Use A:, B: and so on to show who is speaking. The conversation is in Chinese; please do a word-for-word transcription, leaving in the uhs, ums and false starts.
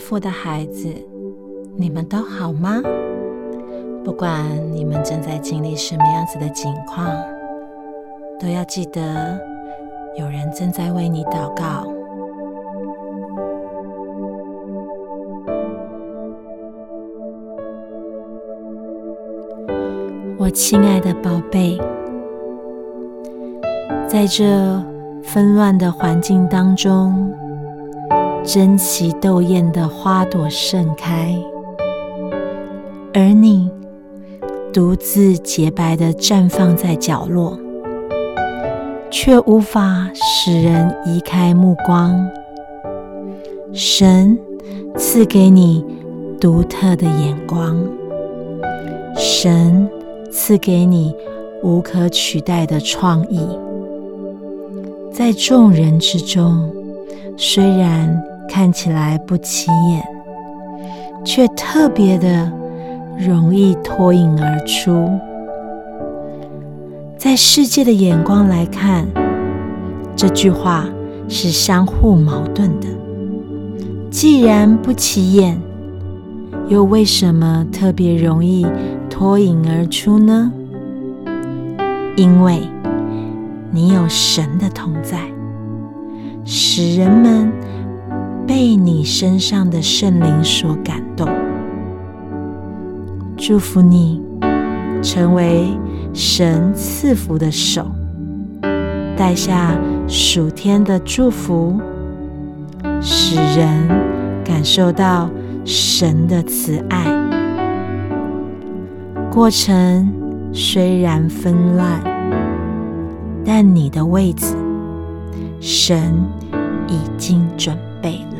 A: 福的孩子，你们都好吗？不管你们正在经历什么样子的境况，都要记得有人正在为你祷告。我亲爱的宝贝，在这纷乱的环境当中，争奇斗艳的花朵盛开，而你独自洁白地绽放在角落，却无法使人移开目光。神赐给你独特的眼光，神赐给你无可取代的创意。在众人之中，虽然看起来不起眼，却特别的容易脱颖而出。在世界的眼光来看，这句话是相互矛盾的。既然不起眼，又为什么特别容易脱颖而出呢？因为你有神的同在，使人们被你身上的圣灵所感动。祝福你成为神赐福的手，带下属天的祝福，使人感受到神的慈爱。过程虽然纷乱，但你的位子，神已经准备了。